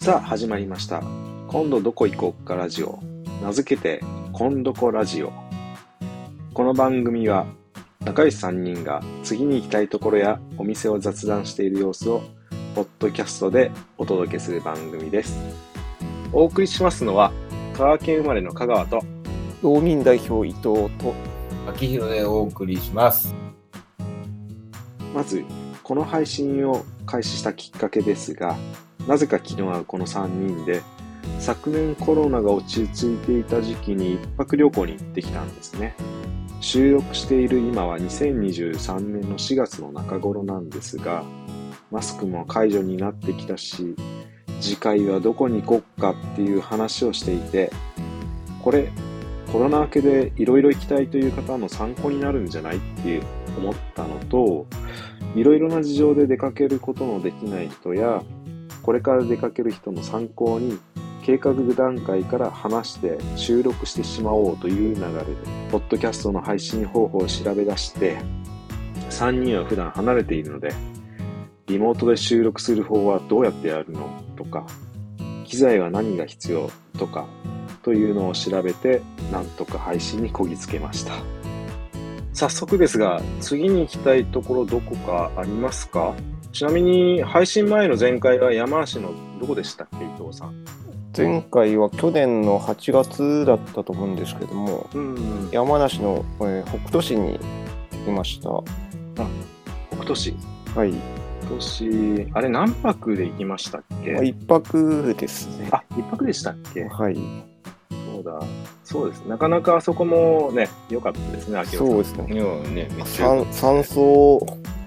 さあ始まりました。今度どこ行こうかラジオ。名付けて今どこラジオ。この番組は仲良し3人が次に行きたいところやお店を雑談している様子をポッドキャストでお届けする番組です。お送りしますのは香川県生まれの香川と道民代表伊藤と秋広でお送りします。 まずこの配信を開始したきっかけですが、なぜか気の合うこの3人で昨年コロナが落ち着いていた時期に一泊旅行に行ってきたんですね。収録している今は2023年の4月の中頃なんですが、マスクも解除になってきたし、次回はどこに行こっかっていう話をしていて、これコロナ明けでいろいろ行きたいという方の参考になるんじゃないって思ったのと、いろいろな事情で出かけることのできない人やこれから出かける人の参考に計画段階から話して収録してしまおうという流れでポッドキャストの配信方法を調べ出して、3人は普段離れているのでリモートで収録する方はどうやってやるのとか、機材は何が必要とかというのを調べてなんとか配信にこぎつけました。早速ですが、次に行きたいところどこかありますか？ちなみに配信前の前回は山梨のどこでしたっけ、伊藤さん。 前回は去年の8月だったと思うんですけども、山梨の、北杜市に行きました。 北杜市。 はい。 北杜市、あれ何泊で行きましたっけ ？1泊ですね。 1泊でしたっけ？ はい。 そうです。なかなかあそこもね、良かったですね、秋代さん。 そうですね。 いやね、めっちゃ山荘、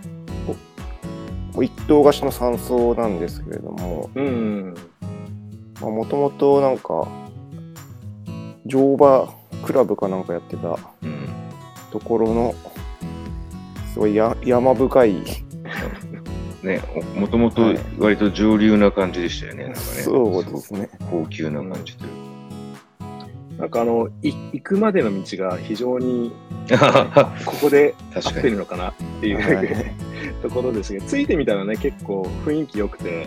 一棟貸しの山荘なんですけれども、もともとなんか乗馬クラブかなんかやってたところのすごい山深いね、もともと割と上流な感じでしたよね。なんかね、 そうですね。 高級な感じというか。 なんか行くまでの道が非常にここで合ってるのかなっていう、ところですが、ついてみたらね、結構雰囲気良くて、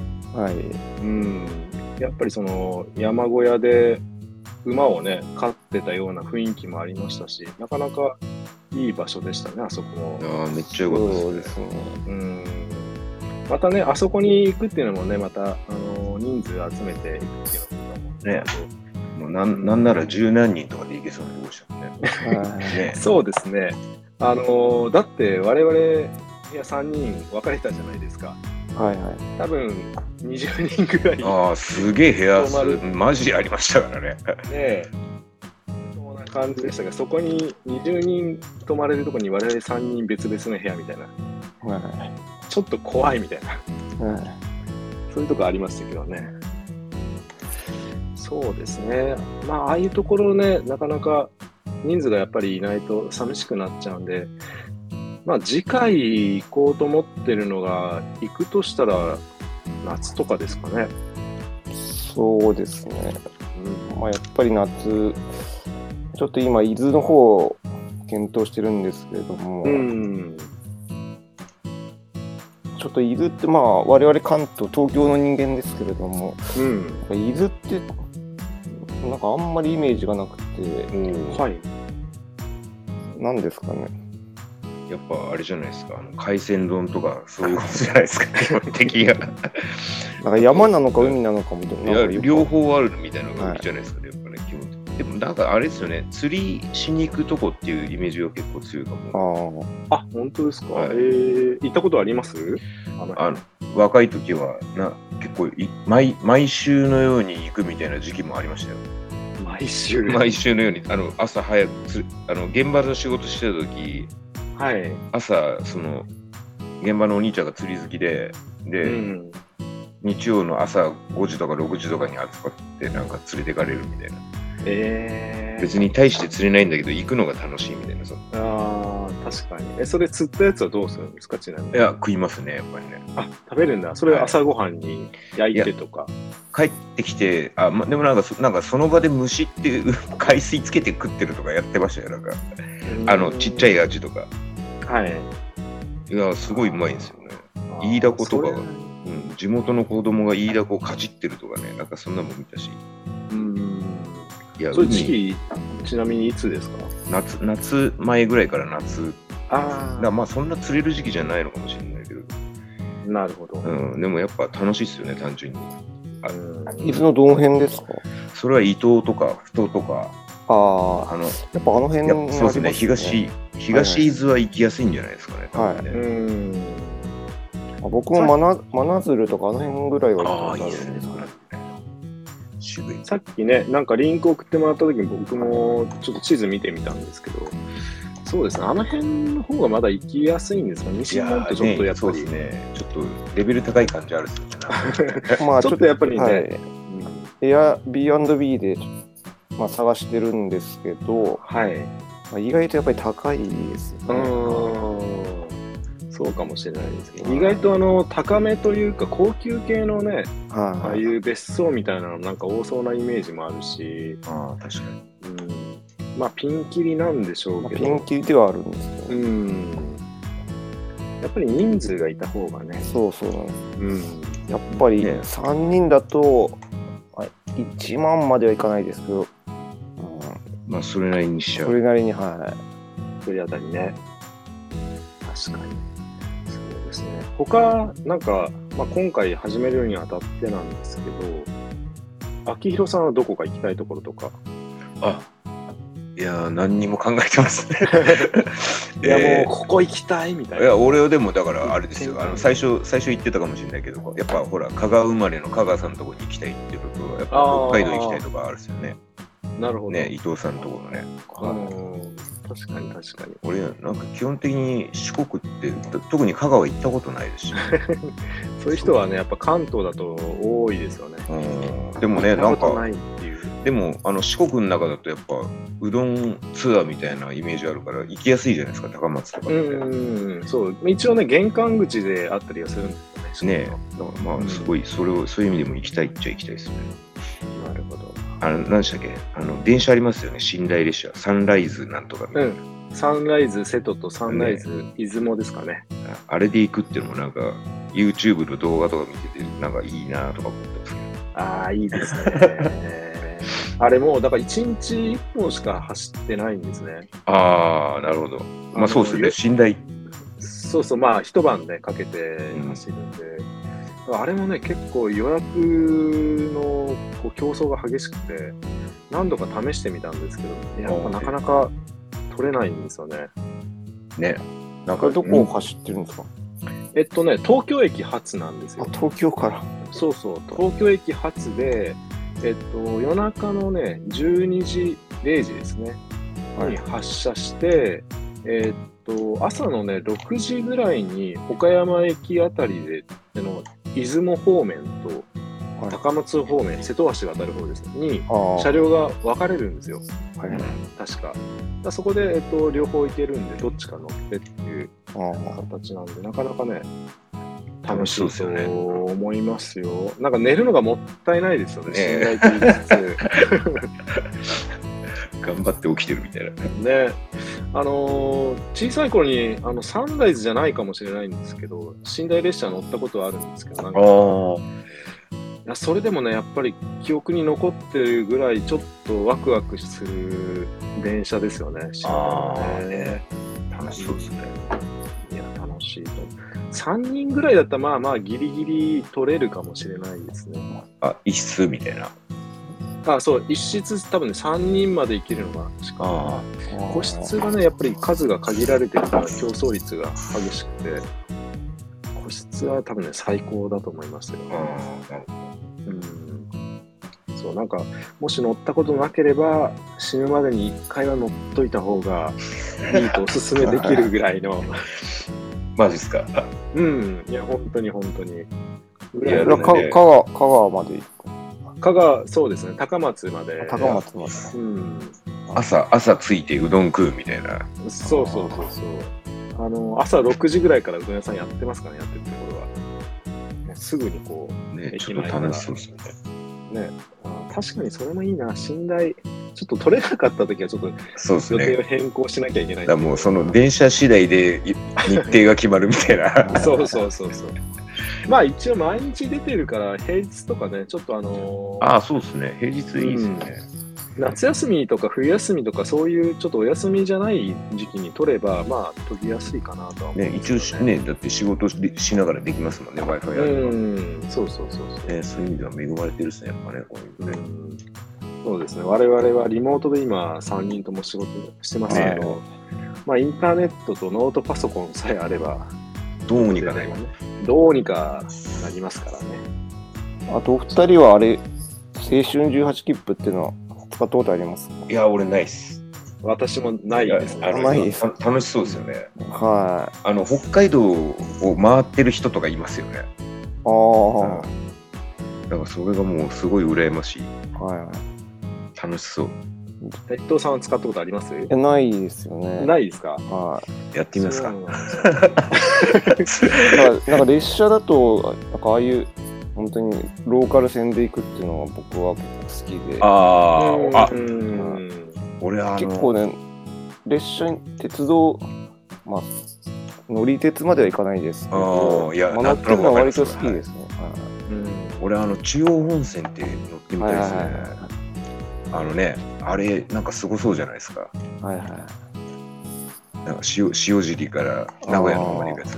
やっぱりその山小屋で馬をね飼ってたような雰囲気もありましたし、なかなかいい場所でしたね、あそこも。 めっちゃ良かったですね。 またね、あそこに行くっていうのもね、また人数集めていくっていうのもね、 もうなんなら十何人とかで行けそうなとこでしたもんね。 そうですね。だって我々3人分かれたじゃないですか。多分20人ぐらい。 すげえ部屋数マジありましたからね。 そんな感じでしたが、そこに20人泊まれるところに我々3人別々の部屋みたいな。ちょっと怖いみたいな。そういうとこありましたけどね。そうですね。ああいうところね、なかなか人数がやっぱりいないと寂しくなっちゃうんで、次回行こうと思ってるのが、行くとしたら夏とかですかね。 そうですね。やっぱり夏、ちょっと今伊豆の方を検討してるんですけれども、ちょっと伊豆って我々関東、東京の人間ですけれども、伊豆ってなんかあんまりイメージがなくて、何ですかね。 やっぱあれじゃないですか、海鮮丼とかそういうことじゃないですか、基本的には。 なんか山なのか海なのかみたいな。 両方あるみたいなのがいいじゃないですか、やっぱね、基本的に。でもなんかあれですよね、釣りしに行くとこっていうイメージが結構強いかも。 本当ですか？行ったことあります？ 若い時は結構毎週のように行くみたいな時期もありましたよ。毎週のように朝早く現場の仕事してた時、朝その現場のお兄ちゃんが釣り好きで、日曜の朝5時とか6時とかに集まってなんか連れてかれるみたいな。別に大して釣れないんだけど行くのが楽しいみたいな。 確かに。それ釣ったやつはどうするんですか、ちなみに。 いや、食いますね、やっぱりね。 食べるんだ。それは朝ごはんに焼いてとか。 帰ってきて、でもなんかその場で蒸しって海水つけて食ってるとかやってましたよ。なんかちっちゃいアジとか。いや、すごいうまいんですよね。イイダコとかが地元の子供が飯田湖をかじってるとかね、なんかそんなもん見たし。 いや、それ時期、ちなみにいつですか？ 夏前ぐらいから夏。 ああ。まあそんな釣れる時期じゃないのかもしれないけど。 なるほど。 でもやっぱ楽しいっすよね、単純に。 伊豆のどの辺ですか？ それは伊東とかふ頭とか。 やっぱあの辺に、 ね、そうですね。東伊豆は行きやすいんじゃないですかね。 僕も真鶴とかあの辺ぐらいは行ったことあるんですけど。さっきね、なんかリンク送ってもらった時に僕もちょっと地図見てみたんですけど、そうですね、あの辺の方がまだ行きやすいんですか？西日本ってちょっとやっぱり、 ね、ちょっとレベル高い感じあるっすよね。 まあちょっとやっぱりね、 Airbnb で探してるんですけど、意外とやっぱり高いですよね。 そうかもしれないですね。意外と高めというか高級系のね、ああいう別荘みたいなのなんか多そうなイメージもあるし、 確かに。 まあピンキリなんでしょうけど、 ピンキリではあるんですけど、 やっぱり人数がいた方がね。 そうなんです。やっぱり3人だと1万まではいかないですけど、 まあそれなりにしちゃう。 それなりに一人当たりね。確かに。そうですね。他なんか、今回始めるにあたってなんですけど、秋広さんはどこか行きたいところとか。 いや何にも考えてますね。 いやもうここ行きたいみたいな。 いや俺はでもだからあれですよ。最初言ってたかもしれないけど、やっぱほら香川生まれの香川さんのところに行きたいっていうことはやっぱ北海道行きたいとかあるんですよね。 なるほど。 ね、伊藤さんのところね。 確かに。 俺なんか基本的に四国って特に香川行ったことないですし、 そういう人はねやっぱ関東だと多いですよね。 でもねなんかないっていう。 でも四国の中だとやっぱうどんツアーみたいなイメージあるから行きやすいじゃないですか、高松とかって。 そう一応ね玄関口であったりはするんですよね。 ねだからまあすごいそういう意味でも行きたいっちゃ行きたいですね。 なるほど。 何でしたっけ、電車ありますよね、寝台列車、サンライズなんとか。 サンライズ瀬戸とサンライズ出雲ですかね。 あれで行くっていうのもなんか YouTube の動画とか見ててなんかいいなとか思ってますけど。 いいですね。あれもうだから1日1本しか走ってないんですね。 なるほど。まあそうですね、寝台。 そうまあ一晩ねかけて走るんで。あれもね結構予約の競争が激しくて何度か試してみたんですけど、やっぱなかなか取れないんですよね。 なんかどこを走ってるんですか？ 東京駅発なんですよ。 東京から。 そう東京駅発で夜中のね12時0時ですねに発車して、朝のね6時ぐらいに岡山駅あたりで出雲方面と高松方面、瀬戸橋が当たる方ですねに車両が分かれるんですよ。確か。そこで、両方行けるんでどっちか乗ってっていう形なんでなかなかね楽しいと思いますよ。なんか寝るのがもったいないですよね。寝台と言いつつ頑張って起きてるみたいなね。小さい頃にサンライズじゃないかもしれないんですけど寝台列車乗ったことはあるんですけど、なんかいやそれでもねやっぱり記憶に残ってるぐらいちょっとワクワクする電車ですよね。楽しそうですね。いや楽しいと。3人ぐらいだったらまあギリギリ取れるかもしれないですね。 一室みたいな。 そう一室多分ね3人まで行けるのがしかも個室がねやっぱり数が限られてるから競争率が激しくて個室は多分ね最高だと思いますよ。そうなんかもし乗ったことなければ死ぬまでに1回は乗っといた方がいいとおすすめできるぐらいのマジっすか？ いや本当に。いや香川まで行く。 香川そうですね高松まで。 朝着いてうどん食うみたいな。 そう朝6時ぐらいからうどん屋さんやってますからね、やってるところは。すぐにこう、 駅前から。楽しそうですね。確かにそれもいいな。寝台、ちょっと取れなかった時はちょっと予定を変更しなきゃいけない。 だからもうその電車次第で日程が決まるみたいな。 そう。 まあ一応毎日出てるから平日とかね、ちょっとそうですね。平日いいですね。 夏休みとか冬休みとかそういうちょっとお休みじゃない時期に取れば、まあ取りやすいかなとは思う、 ね。一応ね、だって仕事しながらできますもんね、Wi-Fi やると。そうそう。 そういう意味では恵まれてるですね、やっぱね、こういうね。 そうですね。我々はリモートで今3人とも仕事してますけど、まあインターネットとノートパソコンさえあれば、 どうにかね。 どうにかなりますからね。 あとお二人はあれ、青春18切符っていうのは使ったことありますか？ いや、俺ないっす。 私もないですね。 ないです。 楽しそうですよね。 はい。 北海道を回ってる人とかいますよね。だからそれがもうすごい羨ましい。楽しそう。 伊藤さんは使ったことあります？ ないですよね。 ないですか？ はい。 やってみますか。 なんか列車だと、なんかああいう本当にローカル線で行くっていうのが僕は結構好きで。 俺結構ね、列車に鉄道、まあ乗り鉄までは行かないですけど、乗ってるのは割と好きですね。 俺中央本線って乗ってみたいですね。あれなんかすごそうじゃないですか。なんか塩尻から名古屋の方まで行くやつ。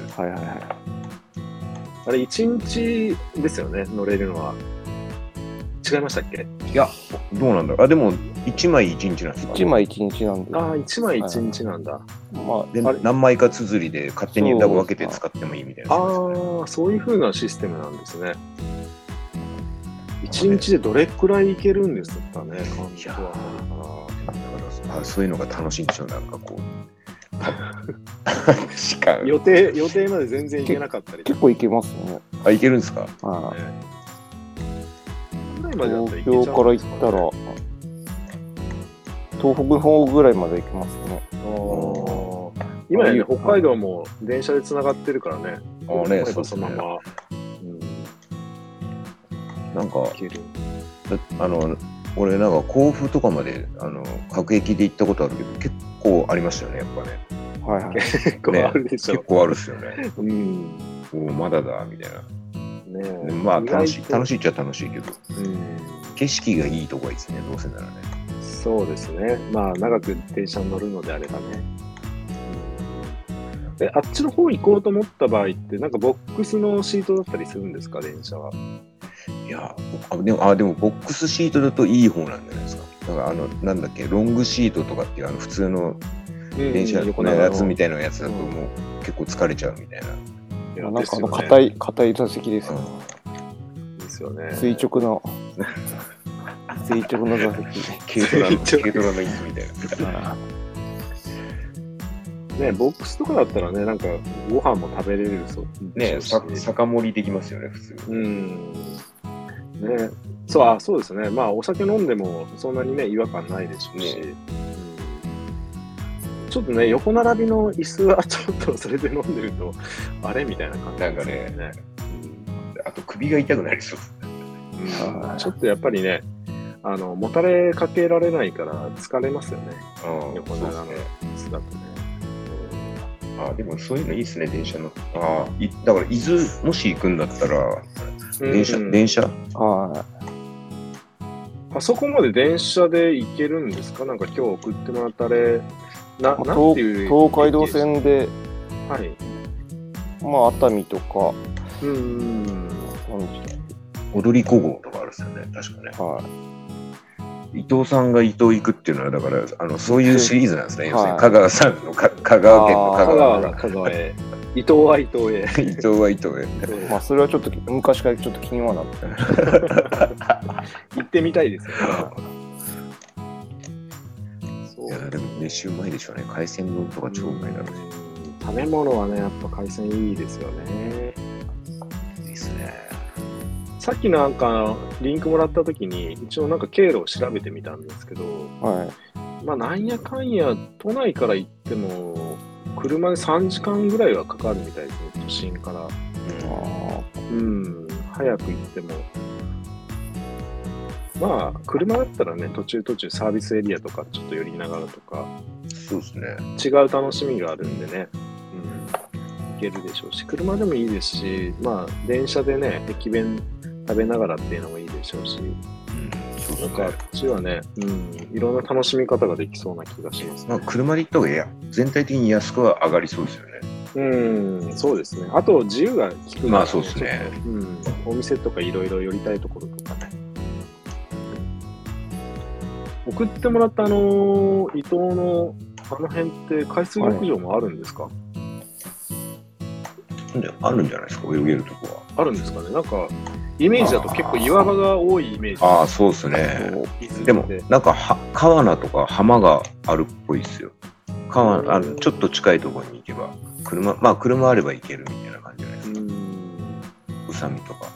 あれ1日ですよね、乗れるのは。違いましたっけ？ いや、どうなんだろう。でも1枚1日なんですか ？1枚1日なんで。 1枚1日なんだ。 で何枚か綴りで勝手に分けて使ってもいいみたいな。 そういう風なシステムなんですね。1日でどれくらいいけるんですかね、関東あたりかな。そういうのが楽しいんでしょう、なんかこう。 予定まで全然いけなかったり。 結構いけますね。 いけるんですか？ 東京から行ったら東北の方ぐらいまで行きますね。 今ね、北海道も電車でつながってるからね。そのまま。 なんか俺なんか甲府とかまで各駅で行ったことあるけど結構ありましたよね、やっぱね。 結構あるでしょ。 結構あるっすよね。まだだみたいな。まあ楽しいっちゃ楽しいけど、景色がいいとこがいいですね、どうせならね。 そうですね。まあ長く電車に乗るのであればね。あっちの方行こうと思った場合ってなんかボックスのシートだったりするんですか、電車は。 いやでもボックスシートだといい方なんじゃないですか。だからなんだっけ、ロングシートとかっていう普通の電車のやつみたいなやつだともう結構疲れちゃうみたいな。 なんか硬い座席ですよね。 ですよね。 垂直の座席。 軽トラの椅子みたいな。 ね、ボックスとかだったらね、なんかご飯も食べれるそうね、酒盛りできますよね、普通。 ね、そうですね。まあお酒飲んでもそんなにね違和感ないでしょうし。ちょっとね、横並びの椅子はちょっとそれで飲んでるとあれみたいな感じですね。なんかね、あと首が痛くなりそう。 ちょっとやっぱりね、もたれかけられないから疲れますよね。横並びの椅子だとね。 でもそういうのいいですね、電車の。だから伊豆もし行くんだったら電車。 あそこまで電車で行けるんですか？なんか今日送ってもらった東海道線で、熱海とか、 踊り子号とかあるんですよね、確かね。伊藤さんが伊東行くっていうのはだからそういうシリーズなんですね。要するに香川さんの香川県の香川へ、伊東は伊東へ、 伊東は伊東へ。 まあそれはちょっと昔からちょっと気にはなってま行ってみたいですよね。 いやでもね、シューマイでしょうね。海鮮丼とか超うまいだろうね。 食べ物はね、やっぱ海鮮いいですよね。 いいですね。 さっきなんかリンクもらった時に一応なんか経路を調べてみたんですけど、まあなんやかんや都内から行っても車で3時間ぐらいはかかるみたいですね、都心から。早く行っても。まあ車だったらね、途中サービスエリアとかちょっと寄りながらとか、 そうですね。 違う楽しみがあるんでね。 けるでしょうし、車でもいいですし、まあ、電車でね、駅弁食べながらっていうのもいいでしょうし、なんかあっちはね、いろんな楽しみ方ができそうな気がします、ね。 まあ、車で行った方が全体的に安くは上がりそうですよね。そうですね。あと、自由が利くので、 まあそうですね。 お店とかいろいろ寄りたいところとかね。送ってもらった伊東のあの辺って海水浴場もあるんですか？ あるんじゃないですか、泳げるとこは。 あるんですかね。なんか、イメージだと結構岩場が多いイメージ。 ああ、そうですね。でも、なんか川名とか浜があるっぽいですよ。ちょっと近いところに行けば、車あれば行けるみたいな感じじゃないですか。宇佐美とか。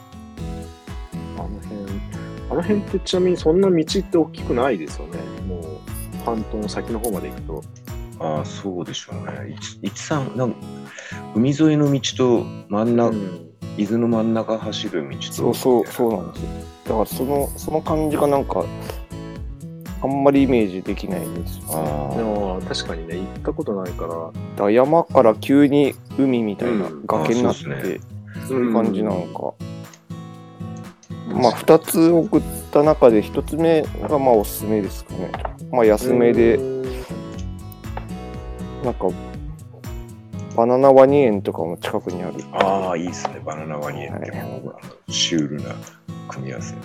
あの辺ってちなみにそんな道って大きくないですよね。もう半島の先の方まで行くと。 ああ、そうでしょうね。なんか海沿いの道と真ん中、伊豆の真ん中走る道と。 そうなんですよ。だからその感じがなんかあんまりイメージできないんですよ。 確かにね、行ったことないから。だから山から急に海みたいな崖になって、そういう感じなのか。まあ2つ送った中で1つ目がまあおすすめですかね。まあ安めで、なんかバナナワニ園とかも近くにある。 ああ、いいですね。バナナワニ園ってもう、シュールな組み合わせ。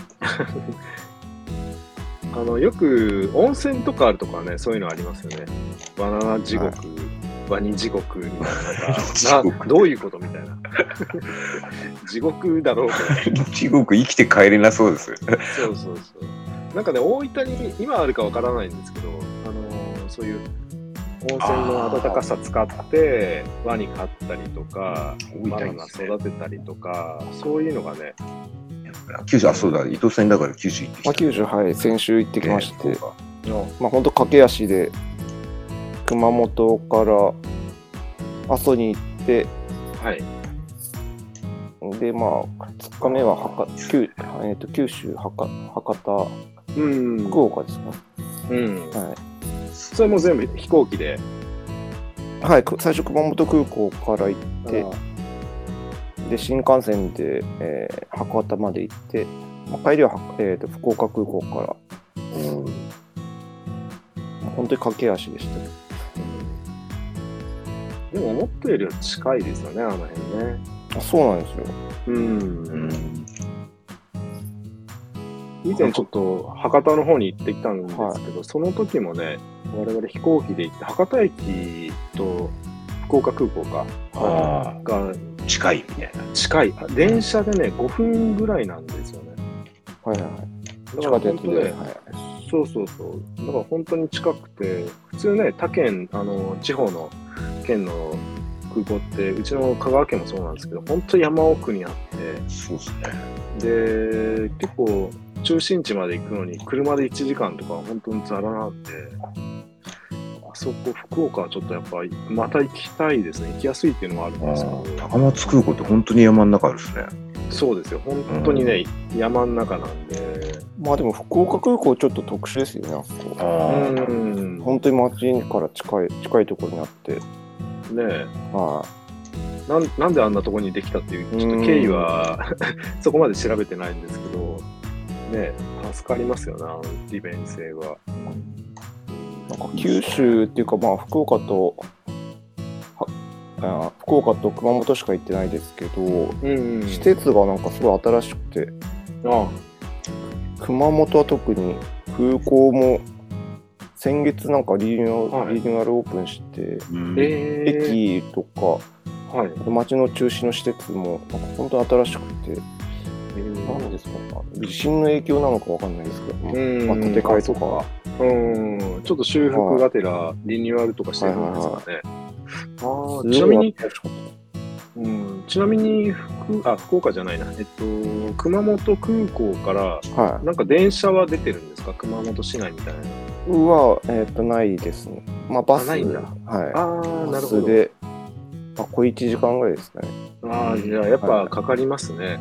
よく温泉とかあるとかね、そういうのありますよね。バナナ地獄、ワニ地獄みたいな。どういうことみたいな。地獄だろうけど。 地獄生きて帰れなそうです。 そう。なんかね、大分に今あるかわからないんですけど、そういう温泉の温かさ使ってワニ飼ったりとか、バナナ育てたりとか、そういうのがね。 九州、そうだ、伊藤さんだから九州行ってきた。 九州、はい、先週行ってきまして、まあ本当駆け足で熊本から阿蘇に行って、でまあ2日目は九州博多、福岡ですか。 それも全部飛行機で。 はい、最初熊本空港から行って。で新幹線で、博多まで行って、帰りは、福岡空港から、本当に駆け足でした。 でも思ったよりは近いですよね、あの辺ね。 そうなんですよ。 以前ちょっと博多の方に行ってきたんですけど、その時もね、我々飛行機で行って、博多駅と福岡空港が近いみたいな。 近い。電車でね、5分ぐらいなんですよね。だから本当ね、そう。だから本当に近くて、普通ね、他県、地方の県の空港って、うちの香川県もそうなんですけど、本当に山奥にあって、 そうですね。 で、結構、中心地まで行くのに、車で1時間とか、本当にザラなんで、そこ福岡はちょっとやっぱりまた行きたいですね。行きやすいっていうのもあるんですけど。 高松空港って本当に山の中ですね。 そうですよ。本当にね、山の中なんで。 まあでも福岡空港ちょっと特殊ですよね。本当に街から近いところにあって。 ねえ。なんであんなところにできたっていうちょっと経緯はそこまで調べてないんですけど、ね、助かりますよな、利便性は。 なんか九州っていうか、まあ福岡と熊本しか行ってないですけど、施設がなんかすごい新しくて、熊本は特に空港も先月なんかリニューアルオープンして、駅とか、街の中心の施設もなんか本当に新しくて、何ですかね、地震の影響なのかわかんないですけど、建て替えとか。 ちょっと修復がてらリニューアルとかしてるんですかね。ちなみに福岡じゃないな、熊本空港からなんか電車は出てるんですか、熊本市内みたいな。 ないですね。まあバス。 ないんだ。 バスで、小1時間ぐらいですかね。 じゃあやっぱかかりますね。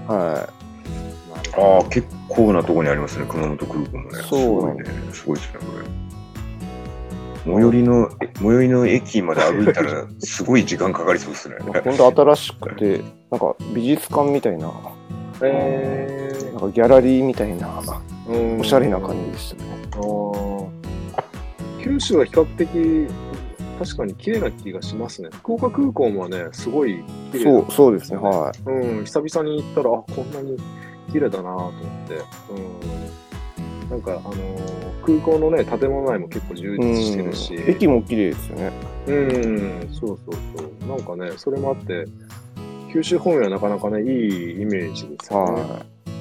結構なところにありますね、熊本空港もね。 そうね。 すごいですね、こ最寄りの駅まで歩いたらすごい時間かかりそうですね。 本当新しくて、なんか美術館みたいな、なんかギャラリーみたいな、おしゃれな感じでしたね。 九州は比較的、確かに綺麗な気がしますね。福岡空港もね、すごい綺麗だ、 そうですね、はい。 久々に行ったら、こんなに綺麗だなと思って。なんか、空港のね、建物内も結構充実してるし。 駅も綺麗ですよね。 そう。なんかね、それもあって、九州方面はなかなかね、いいイメージですよね。そう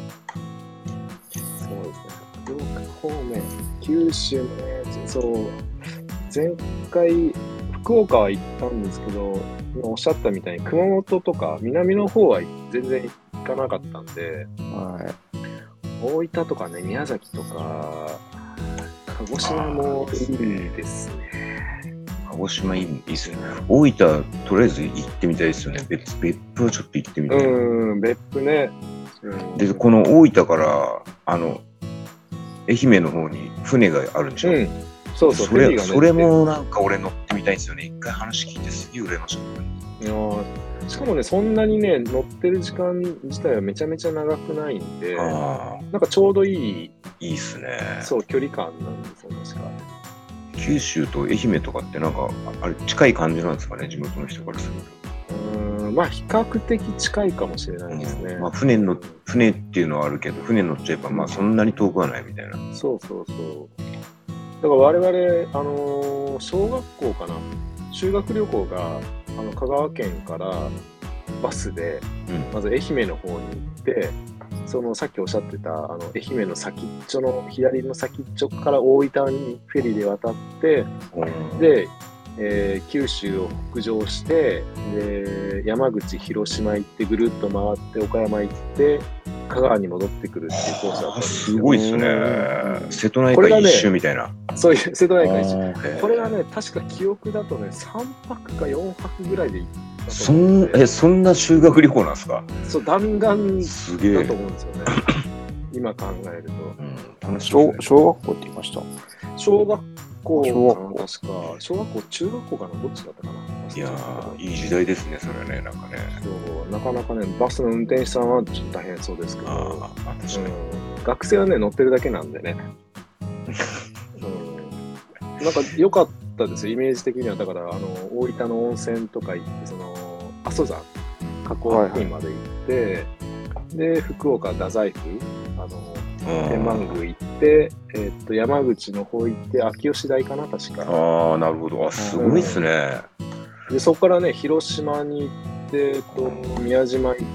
ですね。福岡方面、九州ね、そう、前回、福岡は行ったんですけど、今おっしゃったみたいに熊本とか南の方は全然行かなかったんで、大分とかね、宮崎とか、鹿児島もいいですね。 鹿児島いいですね。大分、とりあえず行ってみたいですよね。別府はちょっと行ってみたい。 別府ね。 で、この大分から、愛媛の方に船があるんでしょ。そう、それもなんか俺乗ってみたいんですよね。一回話聞いてすげえ羨ましかった。 しかもね、そんなにね、乗ってる時間自体はめちゃめちゃ長くないんで、なんかちょうどいい。 いいっすね。 そう、距離感なんですよ、確か。 九州と愛媛とかってなんか、あれ近い感じなんですかね、地元の人からすると。まあ、比較的近いかもしれないですね。 船っていうのはあるけど、船乗っちゃえば、まあそんなに遠くはないみたいな。 そう。だから我々、小学校かな、修学旅行が香川県からバスで、まず愛媛の方に行って、そのさっきおっしゃってた愛媛の先っちょの左の先っちょから大分にフェリーで渡って、で、九州を北上して、で山口、広島行ってぐるっと回って岡山行って香川に戻ってくるっていうコースだったんですよ。 すごいですね。瀬戸内海一周みたいな。 そういう瀬戸内海一周。これがね、確か記憶だとね、3泊か4泊ぐらいで行ったと思うんで。 そんな修学旅行なんですか？ そう、弾丸だと思うんですよね。今考えると。 小学校って言いました？ 小学校かな、確か。小学校、中学校かな、どっちだったかな。 いやー、いい時代ですね、それね、なんかね。 そう、なかなかね、バスの運転手さんはちょっと大変そうですけど、学生はね、乗ってるだけなんでね。なんか良かったですよ、イメージ的には。だから、大分の温泉とか行って、阿蘇山、河口付近まで行って、で、福岡、太宰府、天満宮行って、山口の方行って、秋吉台かな、確か。 なるほど。すごいっすね。 で、そこからね、広島に行って、宮島行って、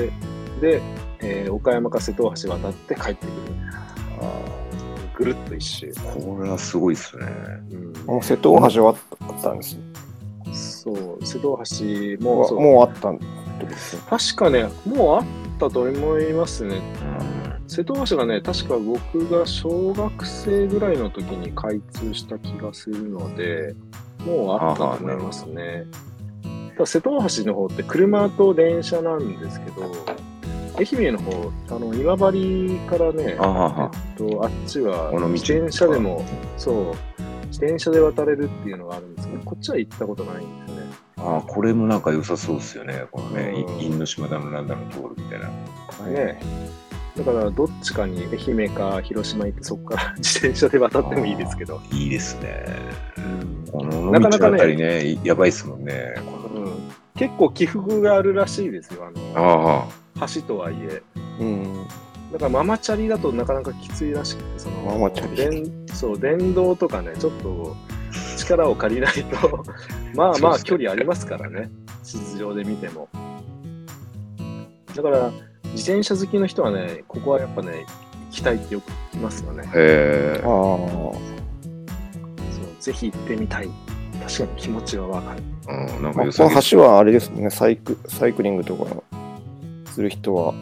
で、岡山か瀬戸大橋渡って帰ってくる。ぐるっと一周。 これはすごいっすね。 瀬戸大橋はあったんですね。 そう、瀬戸大橋ももうあったんですね。 確かね、もうあったと思いますね。瀬戸大橋がね、確か僕が小学生ぐらいの時に開通した気がするので、もうあったと思いますね。ただ瀬戸大橋の方って車と電車なんですけど、愛媛の方、今治からね、あっちは自転車でも、自転車で渡れるっていうのがあるんですけど、こっちは行ったことないんですね。 これもなんか良さそうですよね。このね、因島だのなんだの通るみたいな。 ね。だからどっちかに愛媛か広島行ってそこから自転車で渡ってもいいですけど。 いいですね。このなかなかね、やばいですもんね。 結構起伏があるらしいですよ。橋とはいえ。だからママチャリだとなかなかきついらしくて、 ママチャリ電動とかね、ちょっと力を借りないとまあ距離ありますからね、地図上で見ても。だから自転車好きの人はね、ここはやっぱね、行きたいってよく聞きますよね。そうぜひ行ってみたい。確かに気持ちはわかる。 なんかこの橋はあれですね、サイクリングとかする人は、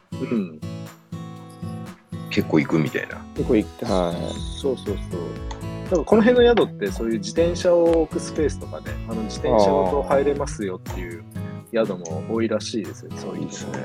結構行くみたいな。 結構行って、 そう。なんかこの辺の宿ってそういう自転車を置くスペースとかね、自転車ごと入れますよっていう宿も多いらしいですよ。そういうですね。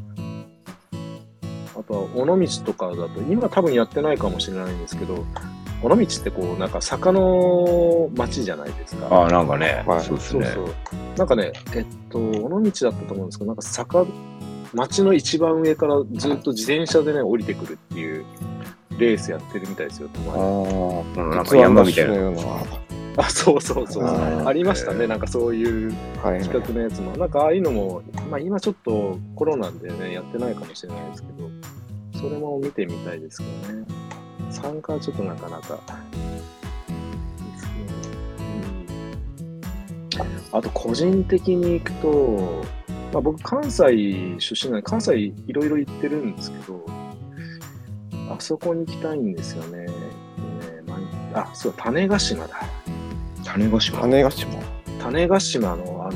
あとは尾道とかだと、今多分やってないかもしれないんですけど、 尾道ってこう、なんか坂の町じゃないですか。 なんかね、 はい、 そうですね。 そうそう。なんかね、尾道だったと思うんですけど、なんか町の一番上からずっと自転車でね、降りてくるっていうレースやってるみたいですよ、たまに。 なんか山みたいな。 そうそうそう。ありましたね、なんかそういう企画のやつも。なんかああいうのも、まあ今ちょっとコロナでね、やってないかもしれないですけど、それも見てみたいですけどね。参加はちょっとなかなか。あと個人的に行くと、まあ、僕関西出身なんで関西いろいろ行ってるんですけど、あそこに行きたいんですよね。そう、種子島だ。 種子島の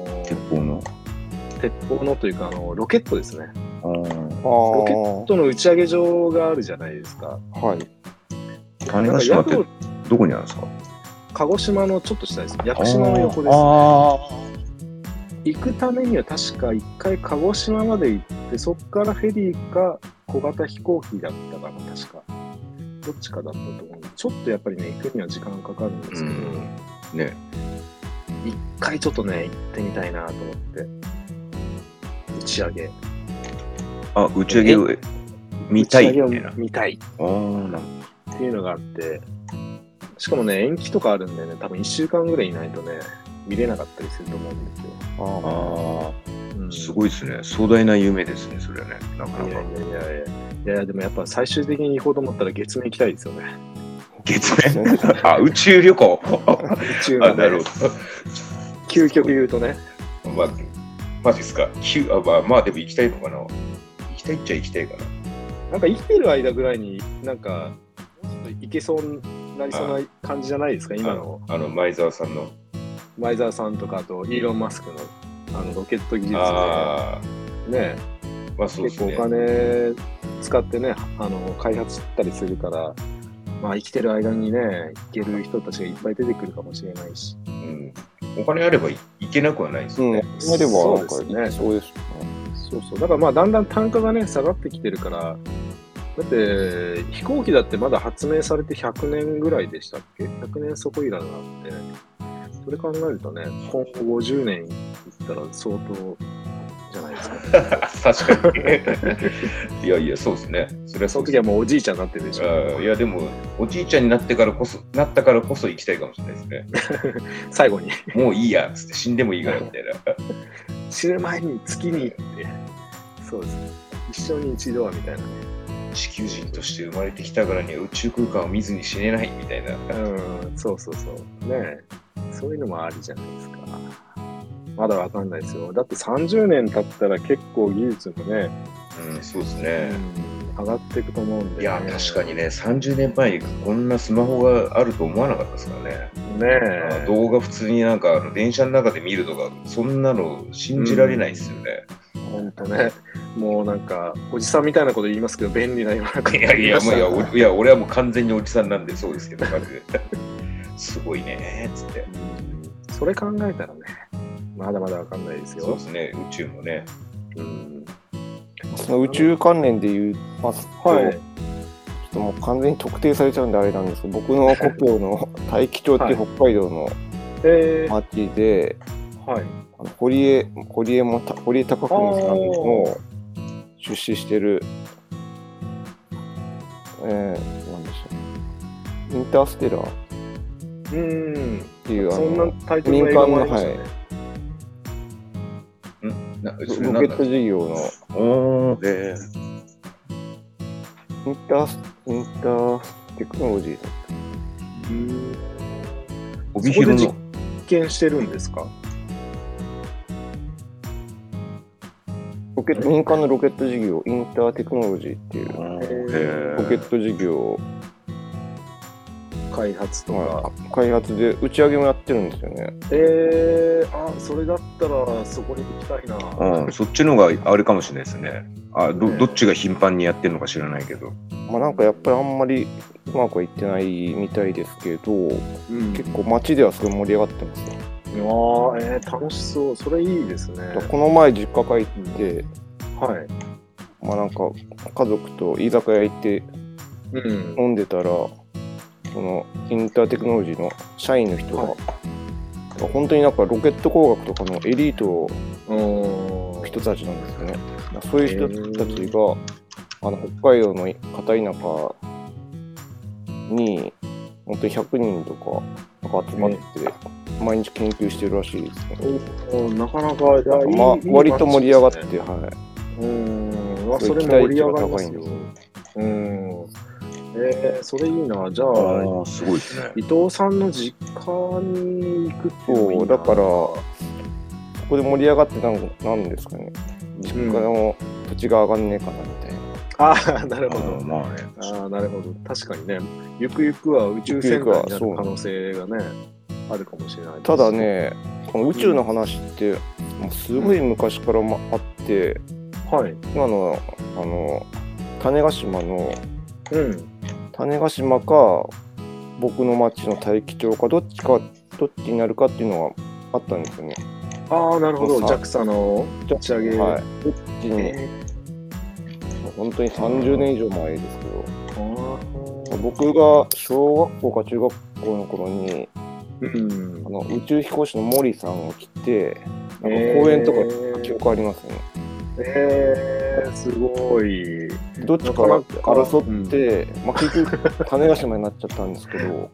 鉄砲のというかロケットですね。ロケットの打ち上げ場があるじゃないですか。 はい。 種子島ってどこにあるんですか？ 鹿児島のちょっと下です。屋久島の横です、ね。行くためには確か一回鹿児島まで行って、そこからフェリーか小型飛行機だったかな、確か。どっちかだったと思う。ちょっとやっぱりね、行くには時間かかるんですけど、 ね。 一回ちょっとね、行ってみたいなと思って。打ち上げ。 打ち上げを見たいみたいな。 見たい。っていうのがあって、しかもね、延期とかあるんでね、多分1週間ぐらいいないとね、見れなかったりすると思うんですよ。 すごいですね。壮大な夢ですね、それはね。なかなか。 いや、でもやっぱ最終的に行こうと思ったら月面行きたいですよね。 月面宇宙旅行宇宙の、ね、 なるほど。 究極言うとね。 まあですか。まあでも行きたいのかな。行きたいっちゃ行きたいかな。 なんか生きてる間ぐらいになんか、もうちょっと行けそうになりそうな感じじゃないですか、今の。 前澤さんの。 前澤さんとか、あとイーロン・マスクのロケット技術で、ね、結構お金使ってね、開発したりするから、まあ生きてる間にね、行ける人たちがいっぱい出てくるかもしれないし。 お金あれば行けなくはないですよね。 そうですね。そうですね。 そう。だからまあだんだん単価がね、下がってきてるから、だって飛行機だってまだ発明されて100年ぐらいでしたっけ ?100 年そこいらなって、それ考えるとね、今後50年いったら相当じゃないですか、 確かに。いや、そうですね。 その時はもうおじいちゃんになってるでしょ。 いや、でも、おじいちゃんになったからこそ行きたいかもしれないですね。 最後に。 もういいや、つって死んでもいいからみたいな。 死ぬ前に月に行って、そうです。一生に一度はみたいなね。 地球人として生まれてきたからには宇宙空間を見ずに死ねないみたいな。 そう。ねそういうのもありじゃないですか。まだわかんないですよ。だって30年経ったら結構技術もね、 そうですね。 上がっていくと思うんで、ね。 いや、確かにね、30年前にこんなスマホがあると思わなかったですからね。動画普通になんか電車の中で見るとか、そんなの信じられないですよね。 本当ね。もうなんか、おじさんみたいなこと言いますけど、便利な世の中になりいました。 いや、俺はもう完全におじさんなんでそうですけど、すごいねーっつって。 それ考えたらね、まだまだわかんないですよ。 そうですね、宇宙もね。 その宇宙関連で言いますと、ちょっともう完全に特定されちゃうんであれなんですけど、僕の故郷の大樹町っていう北海道の町で、堀江貴文さんの出資してる、なんでしょう、インターステラーっていうそんなタイトル民間の、 ロケット事業のインターテクノロジーだった。 そこで実験してるんですか？ 民間のロケット事業、インターテクノロジーっていうロケット事業開発とか、 開発で打ち上げもやってるんですよね。 それだったらそこに行きたいな。 そっちの方があれかもしれないですね。どっちが頻繁にやってるのか知らないけど。 なんかやっぱりあんまりうまくはいってないみたいですけど、結構街ではすごい盛り上がってますよ。 楽しそう。それいいですね。 この前実家帰って、なんか家族と居酒屋行って飲んでたら、 そのインターテクノロジーの社員の人が、本当になんかロケット工学とかのエリートの人たちなんですよね。そういう人たちが北海道の片田舎に本当に100人とか集まって毎日研究してるらしいですね。 なかなか割と盛り上がって、 それも盛り上がりますよ。それいいな。じゃあ、 すごいですね。 伊藤さんの実家に行くっていうのがいいな。 だからそこで盛り上がってなんですかね。実家の土地が上がんねえかなみたいな。 なるほど。なるほど。確かにね、ゆくゆくは宇宙戦艦になる可能性がね、あるかもしれないです。 ただね、この宇宙の話ってもうすごい昔からあって、今の種子島の、種子島か僕の町の大樹町かどっちになるかっていうのがあったんですよね。 なるほど。JAXA の打ち上げ。 どっちに本当に30年以上前ですけど、僕が小学校か中学校の頃に、宇宙飛行士の森さんが来て、講演とか記憶ありますよね。 すごい。 どっちか争って、結局種子島になっちゃったんですけど、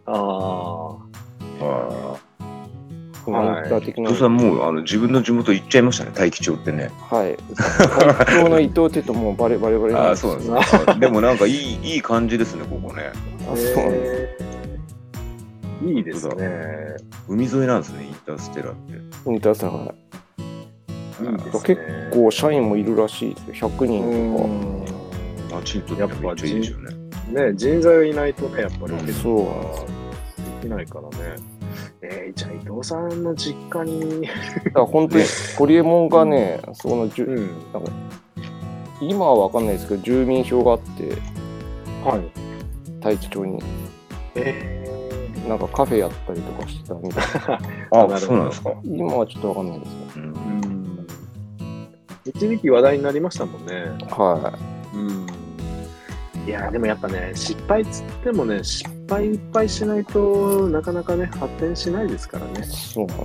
伊藤さんもう自分の地元行っちゃいましたね、大樹町ってね。 大樹町の伊藤って言うともうバレバレなんです。 そうなんですね。でもなんかいい感じですね、ここね。 そうなんです。 いいですね。 海沿いなんですね、インターステラって。 インターステラ結構社員もいるらしいですよ、100人とか。 町にとってめっちゃいいですよね。 人材がいないとね、やっぱりできないからね。じゃあ伊藤さんの実家に本当にホリエモンがね、今は分かんないですけど住民票があって、大樹町になんかカフェやったりとかしてたみたいな。 そうなんですか。 今はちょっと分かんないですけど、 一時期話題になりましたもんね。いやでもやっぱね、失敗つってもね、失敗いっぱいしないとなかなかね発展しないですからね。 そうなん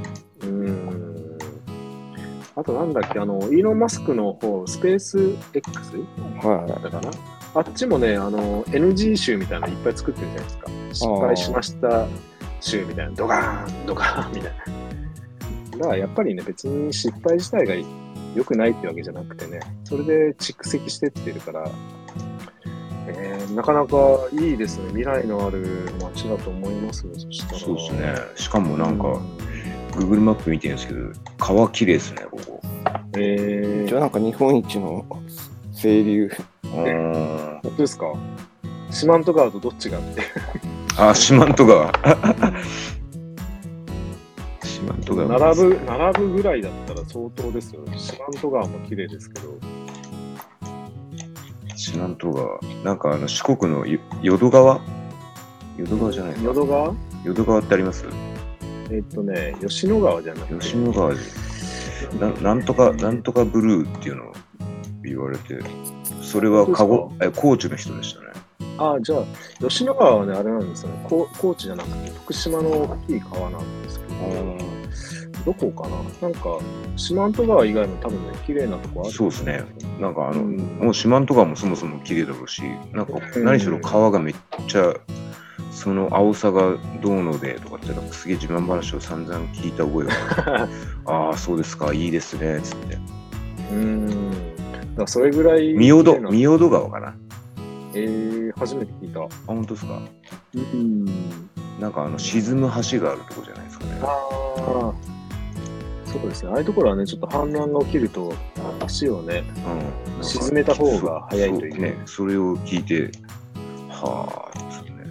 あとなんだっけ、イーロン・マスクの方、スペース X だったかな。あっちもね、NG 集みたいなのいっぱい作ってるじゃないですか。失敗しました集みたいな、ドカーンドカーンみたいな。だからやっぱりね、別に失敗自体が良くないってわけじゃなくてね、それで蓄積してってるから、なかなかいいですね。未来のある街だと思いますね。そしたら。 そうですね。しかもなんか、Google マップ見てるんですけど、川綺麗ですね、ここ。 一応なんか日本一の清流。 本当ですか？四万十川とどっちがあって。 四万十川。四万十川。 並ぶぐらいだったら相当ですよ。四万十川も綺麗ですけど。 四万十川。なんか四国の淀川じゃないですか。淀川ってあります？ 吉野川じゃなくて。 吉野川で。なんとかブルーっていうのを言われて、それは高知の人でしたね。 じゃあ、吉野川はね、あれなんですよね。高知じゃなくて、徳島の大きい川なんですけど、どこかな？なんか、四万十川以外も多分ね、綺麗なとこある。 そうですね。なんかもう四万十川もそもそも綺麗だろうし、なんか何しろ川がめっちゃ、その青さがどうのでとかってなんかすげえ自慢話を散々聞いた覚えがある。そうですか、いいですねつって。 だからそれぐらい仁淀川かな。 初めて聞いた。 本当ですか。なんか沈む橋があるとこじゃないですかね。 そうですね。ああいうところはね、ちょっと氾濫が起きると橋をね、沈めた方が早いというね。 それを聞いてですね。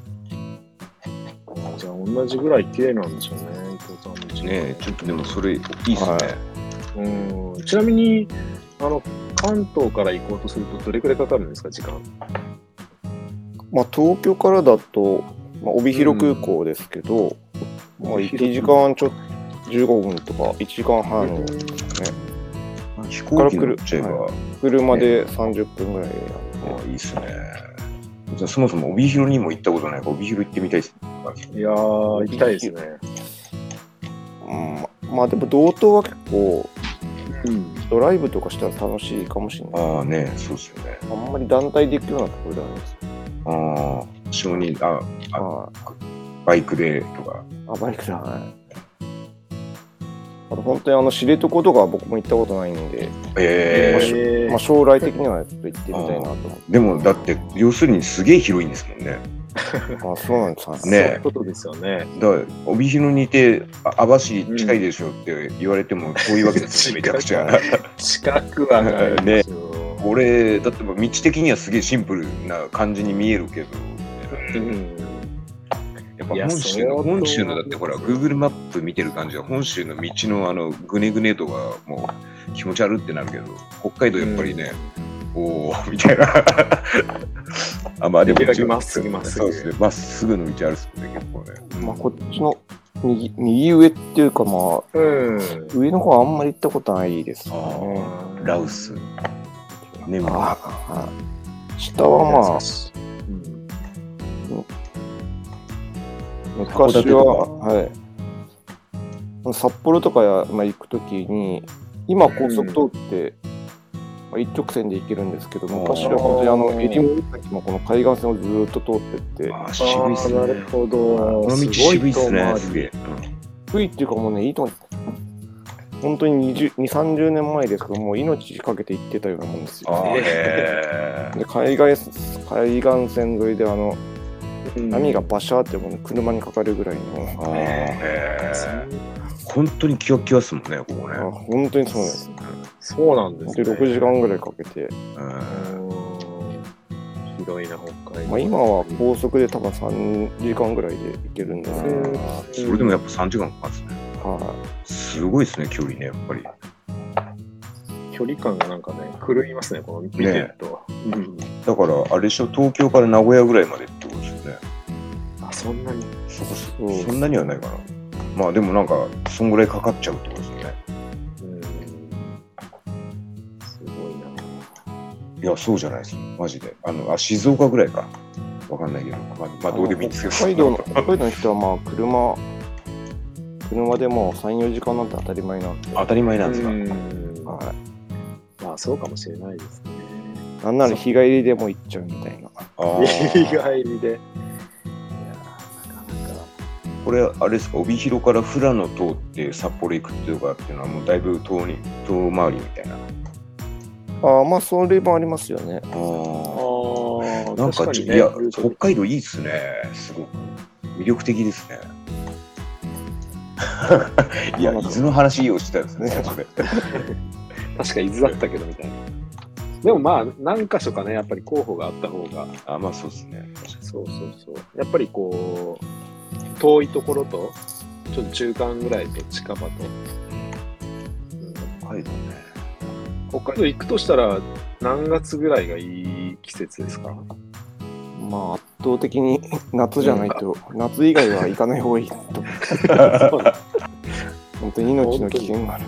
じゃあ同じぐらい綺麗なんでしょうね、伊藤さんの家ね。ちょっとでもそれいいですね。 ちなみに関東から行こうとするとどれくらいかかるんですか、時間？ 東京からだと、帯広空港ですけど、1時間ちょっと15分とか1時間半ですね。 飛行機乗っちゃえば、 車で30分ぐらいいいですね。 じゃあそもそも帯広にも行ったことないから、帯広行ってみたいです。 いやー、行きたいですね。 まあでも道東は結構、ドライブとかしたら楽しいかもしれない。 ああね、そうですよね。 あんまり団体で行くようなところではないです。 ああ、少人、バイクでとか。 バイクだ、はい。あと本当に知床とか僕も行ったことないんで、まあ将来的にはちょっと行ってみたいなと思って。 でもだって要するにすげえ広いんですもんね。 そうなんですかね。そういうことですよね。 だから帯広にいて網走近いでしょって言われてもこういうわけですよ、めちゃくちゃ。 近くはないですよ。 俺だって道的にはすげえシンプルな感じに見えるけど、やっぱ本州のだってほら Google マップ見てる感じは本州の道のグネグネ度がもう気持ち悪ってなるけど、北海道やっぱりね、おおみたいな。まあでもまっすぐそうですね、まっすぐの道あるっすね、結構ね。 まあこっちの右上っていうか、まあ、上の方はあんまり行ったことないですね。 ラオス。ね、下はまあ、昔は、札幌とか行くときに、今高速通って、一直線で行けるんですけど、昔は本当に襟裳岬もこの海岸線をずっと通ってって、 渋いっすね。 なるほど。 この道渋いっすね。すげえ。 渋いっていうかもうね、いいと思う。本当に20、30年前ですけど、もう命かけて行ってたようなもんですよ。で海岸線沿いで波がバシャーってもう車にかかるぐらいの。 本当にキワキワっすもんね、ここね。 本当にそうなんです。 そうなんですね。 で、6時間ぐらいかけて。 広いな、北海道。 まあ今は高速で多分3時間ぐらいで行けるんですけど。 それでもやっぱ3時間かかるんですね。すごいですね、距離ね、やっぱり。 距離感がなんかね、狂いますね、この見てると。 だから、あれでしょ、東京から名古屋ぐらいまでってことですよね。 そんなにそんなにはないかな。まあでもなんか、そんぐらいかかっちゃうってことですよね。 すごいな。 いや、そうじゃないです。マジで。静岡ぐらいか。わかんないけど。まあ、どうでもいいんですけど。 北海道の人はまあ、車でもう3、4時間なんて当たり前なんで。 当たり前なんですか。 まあ、そうかもしれないですね。 なんなら日帰りでも行っちゃうみたいな。 日帰りで。 これあれですか、帯広から富良野通って札幌行くっていうかっていうのはもうだいぶ遠回りみたいな。 まあそれもありますよね。 なんかいや北海道いいっすね、すごく魅力的ですね。いや伊豆の話をしてたんですね、それ。 確か伊豆だったけどみたいな。でもまあ何か所かね、やっぱり候補があった方が。まあそうですね。そうやっぱりこう遠いところとちょっと中間ぐらいと近場と、 北海道ね。 北海道行くとしたら何月ぐらいがいい季節ですか？ まあ圧倒的に夏じゃないと、夏以外は行かない方がいいと思う。本当に命の危険があるって。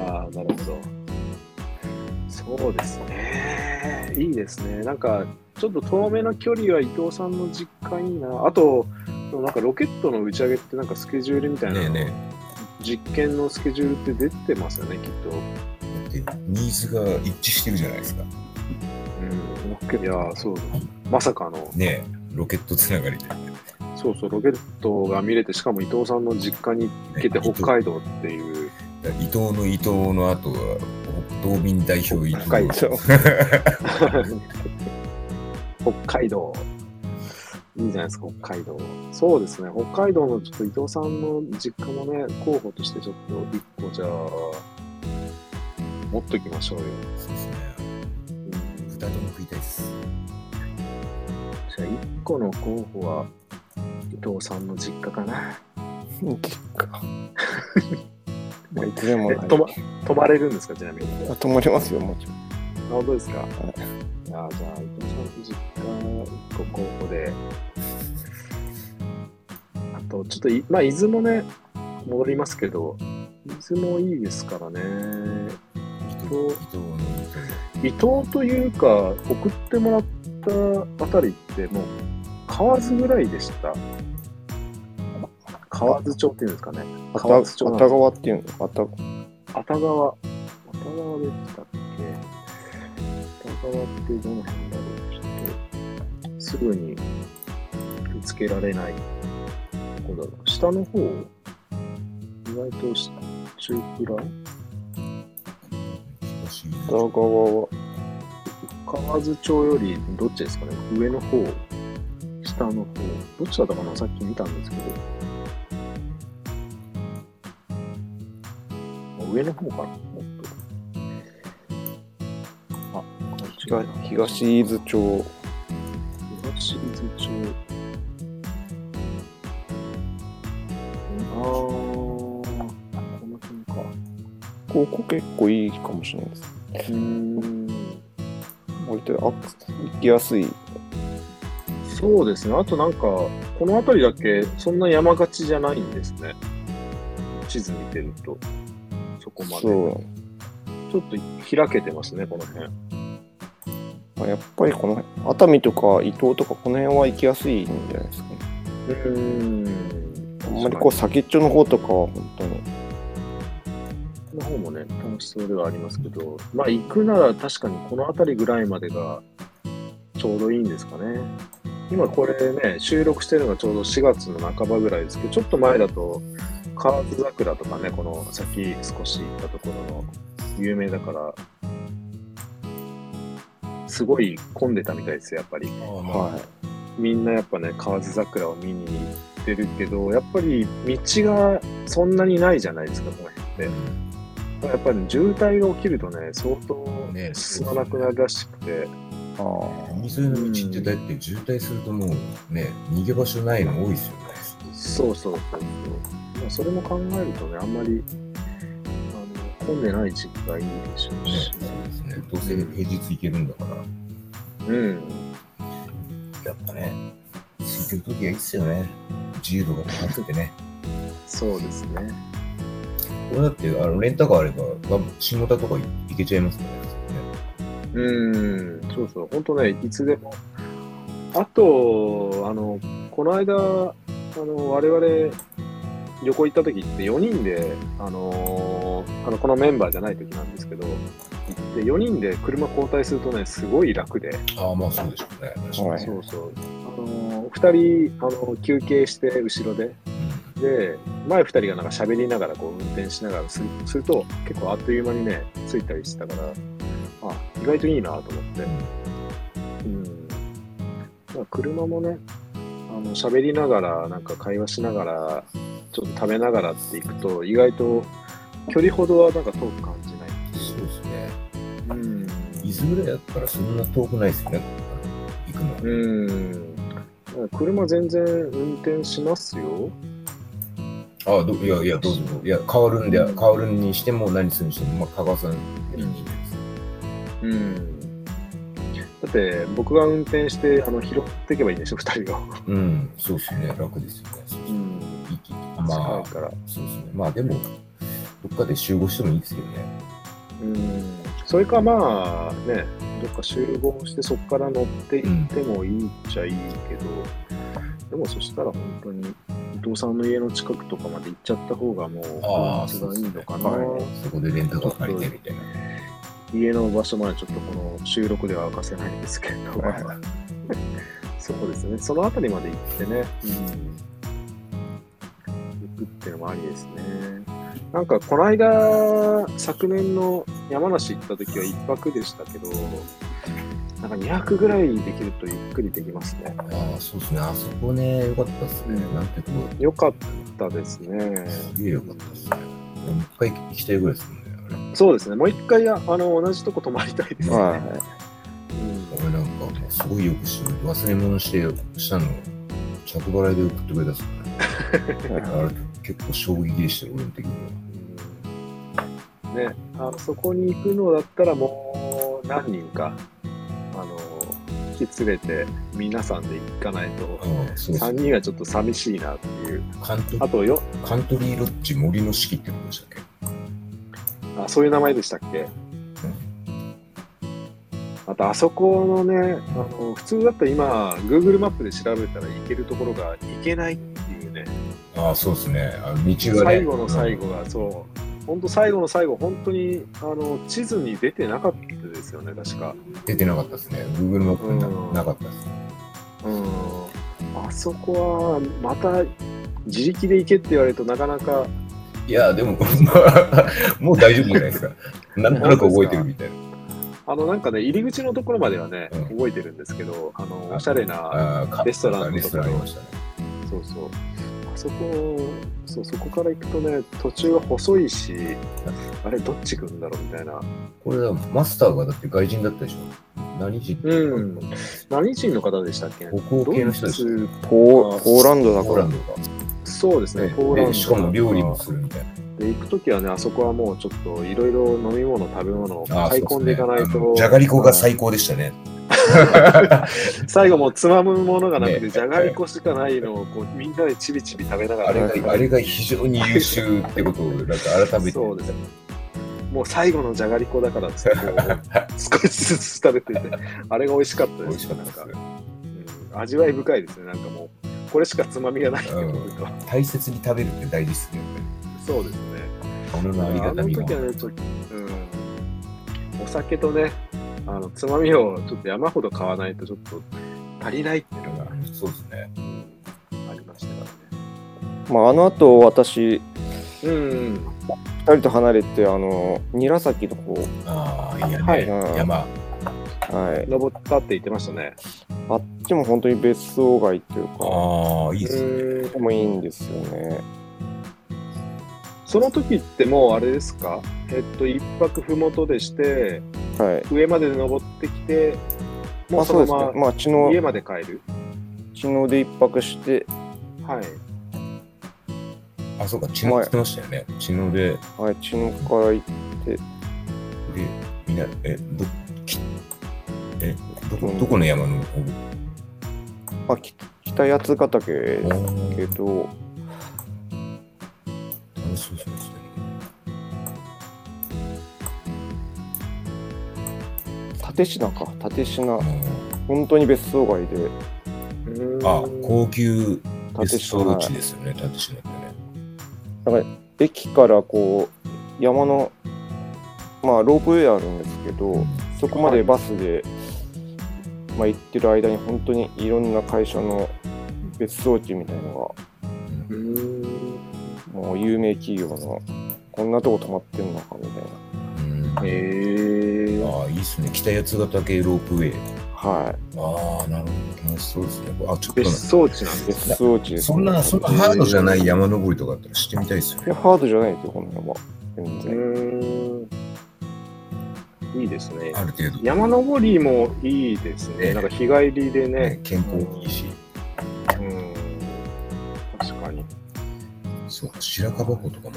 なるほど。そうですね。いいですね。なんかちょっと遠めの距離は伊藤さんの実家いいな。あとなんかロケットの打ち上げってなんかスケジュールみたいな実験のスケジュールって出てますよね、きっと。 だってニーズが一致してるじゃないですか。 いやそうだ。まさかのねロケットつながりで。 そうロケットが見れて、しかも伊藤さんの実家に行けて北海道っていう。 伊藤の後は道民代表伊藤。 北海道。いいじゃないですか、北海道。そうですね、北海道のちょっと伊藤さんの実家もね、候補としてちょっと一個じゃあ、持っときましょうよ。 そうですね。豚丼食いたいです。 じゃあ一個の候補は伊藤さんの実家かな。 実家。まあいつでも泊まれるんですか、ちなみに。 泊まれますよ、もちろん。 本当ですか。じゃあ伊藤さんの実家一個候補で。あとちょっとまあ伊豆もね戻りますけど、伊豆もいいですからね。伊東というか送ってもらったたあたりってもう河津ぐらいでした。河津町っていうんですかね。 川津町。熱川っていうの？熱川でしたっけ？熱川ってどの辺だろう？ちょっとすぐに見つけられない。どこだろう？下の方？意外と中くらい？北川は河津町よりどっちですかね？上の方？下の方？どっちだったかな？さっき見たんですけど。上の方かな？もっと。東伊豆町。東伊豆町。この辺か。ここ結構いいかもしれないです。割と行きやすい。そうですね。あとなんか、この辺りだけそんな山がちじゃないんですね。地図見てると。そこまで。ちょっと開けてますね、この辺。やっぱりこの熱海とか伊東とかこの辺は行きやすいんじゃないですかね。あんまりこう先っちょの方とかは本当に。この方もね、楽しそうではありますけど、まあ行くなら確かにこの辺りぐらいまでがちょうどいいんですかね。今これね、収録してるのがちょうど4月の半ばぐらいですけど、ちょっと前だと河津桜とかね、この先少し行ったところの有名だから、すごい混んでたみたいですよ、やっぱり。はい。みんなやっぱね、河津桜を見に行ってるけど、やっぱり道がそんなにないじゃないですか、この辺って。やっぱり、ね、渋滞が起きるとね、相当進まなくなるらしくて。 海沿いの道ってだって渋滞するともうね、逃げ場所ないの多いですよね。 そう。それも考えるとね、あんまり混んでない時期がいいでしょうし。 そうですね。どうせ平日行けるんだから。やっぱね、空いてる時はいいっすよね。自由度が高くてね。 そうですね。 これだってレンタカーあれば、新型とか行けちゃいますからね。 そう。本当ね、いつでも。あと、この間、我々、旅行行った時って4人で、このメンバーじゃない時なんですけど、行って4人で車交代するとね、すごい楽で。 まあそうでしょうね。 そう。2人、休憩して後ろで、で、前2人がなんか喋りながらこう運転しながらすると、結構あっという間にね、着いたりしたから、意外といいなと思って。車もね、喋りながら、なんか会話しながら、ちょっと食べながらっていくと、意外と距離ほどはなんか遠く感じない。 そうですね。伊豆ぐらいだったらそんな遠くないですよね、行くの。車全然運転しますよ。 どうぞ。いや、変わるにしても何するにしても、香川さんでいいんです。だって僕が運転して拾っていけばいいんでしょ、2人が。 そうですね、楽ですよね。 まあ、 そうですね。まあでも、どっかで集合してもいいですけどね。 それかまあね、どっか集合してそこから乗っていってもいいっちゃいいけど、でもそしたら本当に伊藤さんの家の近くとかまで行っちゃった方がもう一番いいのかな。 そこでレンタカー借りてみたいな。 家の場所までちょっとこの収録では明かせないんですけど、そうですね、そのあたりまで行ってね、行くっていうのもありですね。なんかこの間、昨年の山梨行った時は1泊でしたけど、なんか2泊ぐらいできるとゆっくりできますね。 そうですね、あそこね、よかったですね。なんてとこよかったですね。 すげえよかったですね。もう一回行きたいぐらいですもんね。 そうですね。もう一回同じとこ泊まりたいですね。 俺なんかすごいよく忘れ物したの着払いで送ってくれたっすね。あれ結構衝撃でしたよ、俺の的には。ね、そこに行くのだったらもう何人か引き連れて皆さんで行かないと3人はちょっと寂しいなっていう。 カントリーロッジ森の四季ってことでしたっけ？そういう名前でしたっけ？あったあそこのね、普通だったら今、Google マップで調べたら行けるところが行けないっていうね。 ああ、そうですね。道がね。 最後の最後が、そう。本当最後の最後、本当に地図に出てなかったですよね、確か。 出てなかったですね。Google マップになかったですね。 あそこは、また自力で行けって言われるとなかなか。 いや、でも、もう大丈夫じゃないですか。なんとなく覚えてるみたいな。 なんかね、入り口のところまではね、覚えてるんですけど、おしゃれなレストランのところ。そうそう。そこから行くとね、途中が細いし、あれどっち来るんだろうみたいな。 これマスターがだって外人だったでしょ。何人？ 何人の方でしたっけ？ 北欧系の人です。 ポーランドだから。 そうですね、ポーランド。 しかも料理もするみたいな。 で、行くときはね、あそこはもうちょっといろいろ飲み物、食べ物を買い込んでいかないと。 じゃがりこが最高でしたね。 最後もつまむものがなくて、じゃがりこしかないのをこうみんなでちびちび食べながら。 あれが非常に優秀ってことをなんか改めて。 そうですね。もう最後のじゃがりこだからって少しずつ食べてて、あれが美味しかったです。 美味しかったです。 味わい深いですね。なんかもうこれしかつまみがないってことと、 大切に食べるって大事ですね。 そうですね。 物のありがたみが。 あの時はね、お酒とね、つまみをちょっと山ほど買わないとちょっと足りないっていうのが、 そうですね。 ありましたからね。 まあ、あの後私、 2 人と離れて韮崎の方、 山、 登ったって言ってましたね。 あっちも本当に別荘街というか、 いいですね。 とてもいいんですよね。 その時ってもうあれですか？一泊ふもとでして、上まで登ってきて、もうそのまま家まで帰る？ 茅野で一泊して、 はい。 あ、そうか、茅野って言ってましたよね。茅野で。 はい、茅野から行って。で、 みんな、どこの山の方？北八ヶ岳ですけど、 楽しそうですね。 立科、本当に別荘街で。 高級別荘地ですよね、立科ってね。 なんか駅からこう山のロープウェイあるんですけど、そこまでバスで、行ってる間に本当にいろんな会社の別荘地みたいなのが、もう有名企業のこんなとこ泊まってんのかみたいな。 いいっすね。北八ヶ岳ロープウェイ。 はい。 なるほど。楽しそうですね。ちょっと別荘地なんです。 別荘地です。 そんなハードじゃない山登りとかあったらしてみたいですよね。 ハードじゃないですよ、この山。全然。いいですね。 ある程度。 山登りもいいですね。なんか日帰りでね。 健康にいいし。 確かに。 そうか、白樺湖とかも。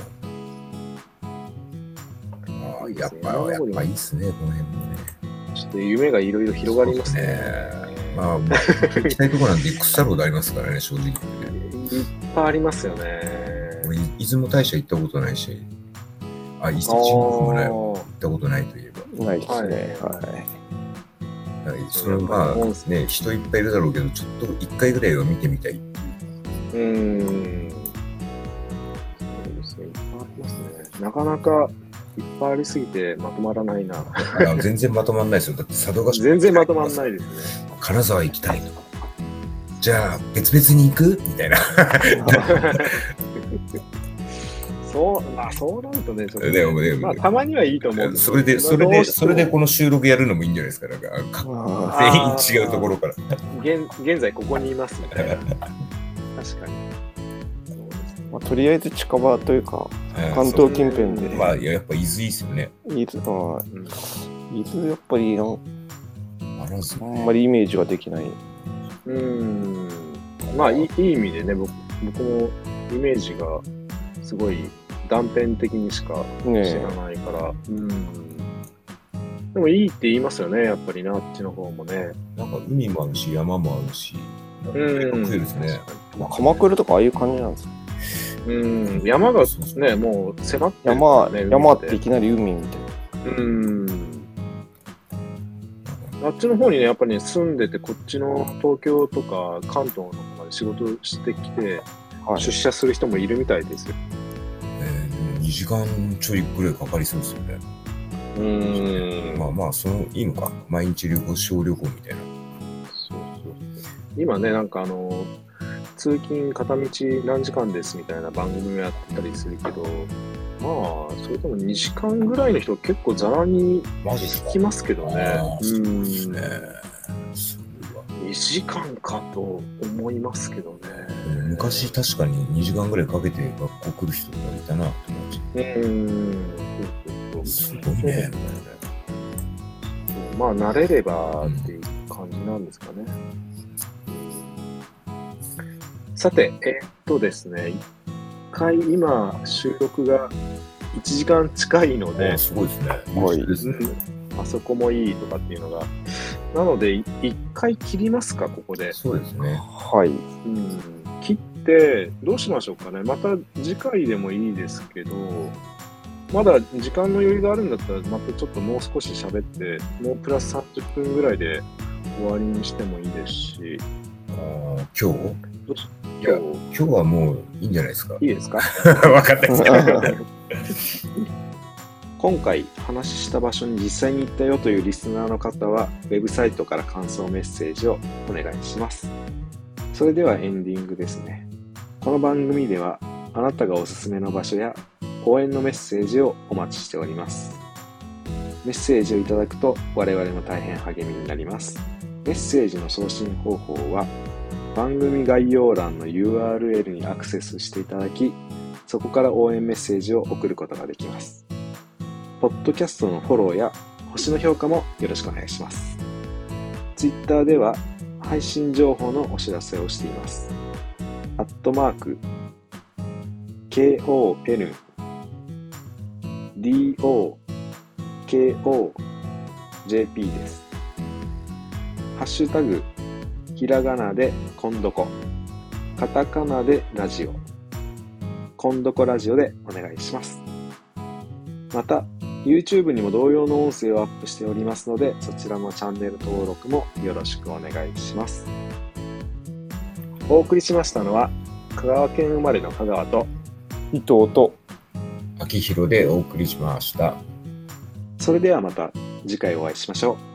やっぱいいっすね、この辺もね。 ちょっと夢がいろいろ広がりますね。 行きたいとこなんで腐るほどありますからね、正直。いっぱいありますよね。 出雲大社行ったことないし、一日もない行ったことないといえば。 ないですね。 それはね、人いっぱいいるだろうけど、ちょっと1回ぐらいは見てみたいっていう。 そうですね、いっぱいありますね。なかなかいっぱいありすぎてまとまらないな。 全然まとまんないですよ。だって佐渡島全然まとまんないですね。 金沢行きたいと。じゃあ別々に行くみたいな。 そうなるとね、ちょっとたまにはいいと思うんですけど、それでこの収録やるのもいいんじゃないですか。なんか全員違うところから。 現在ここにいますみたいな。確かに。 とりあえず近場というか、関東近辺で。 やっぱ伊豆いいですよね。 伊豆やっぱりあんまりイメージができない。 いい意味でね、僕もイメージがすごい断片的にしか知らないから。でもいいって言いますよね、やっぱりな、あっちの方もね。 なんか海もあるし、山もあるし、食えるですね。 鎌倉とかああいう感じなんですか？ 山がね、もう迫ってる、 ね。山っていきなり海みたいな。 あっちの方にね、やっぱりね、住んでて、こっちの東京とか関東の方まで仕事してきて、出社する人もいるみたいですよ。 2時間ちょいぐらいかかりそうですよね。まあまあ、いいのか。毎日小旅行みたいな。 そう。今ね、なんか通勤片道何時間ですみたいな番組をやってたりするけど、まあ、それでも2時間ぐらいの人結構ざらに聞きますけどね。2時間かと思いますけどね。 昔確かに2時間ぐらいかけて学校来る人がいたな、友達。すごいね。 まあ、慣れればっていう感じなんですかね。さて、ですね、一回今、収録が1時間近いので、 すごいですね。 あそこもいいとかっていうのが。なので、一回切りますか、ここで。 そうですね。 はい。 切って、どうしましょうかね。また次回でもいいですけど、まだ時間の余裕があるんだったら、またちょっともう少し喋って、もうプラス30分ぐらいで終わりにしてもいいですし。 今日はもういいんじゃないですか。 いいですか。 分かったですか。 今回話した場所に実際に行ったよというリスナーの方は、ウェブサイトから感想メッセージをお願いします。それではエンディングですね。この番組では、あなたがおすすめの場所や応援のメッセージをお待ちしております。メッセージをいただくと我々も大変励みになります。メッセージの送信方法は、番組概要欄の URL にアクセスしていただき、そこから応援メッセージを送ることができます。ポッドキャストのフォローや星の評価もよろしくお願いします。Twitter では配信情報のお知らせをしています。@KONDOKOJP です。ハッシュタグひらがなでこんどこ、カタカナでラジオ、こんどこラジオでお願いします。また、YouTube にも同様の音声をアップしておりますので、そちらのチャンネル登録もよろしくお願いします。お送りしましたのは、香川県生まれの香川と伊藤と秋広でお送りしました。 それではまた次回お会いしましょう。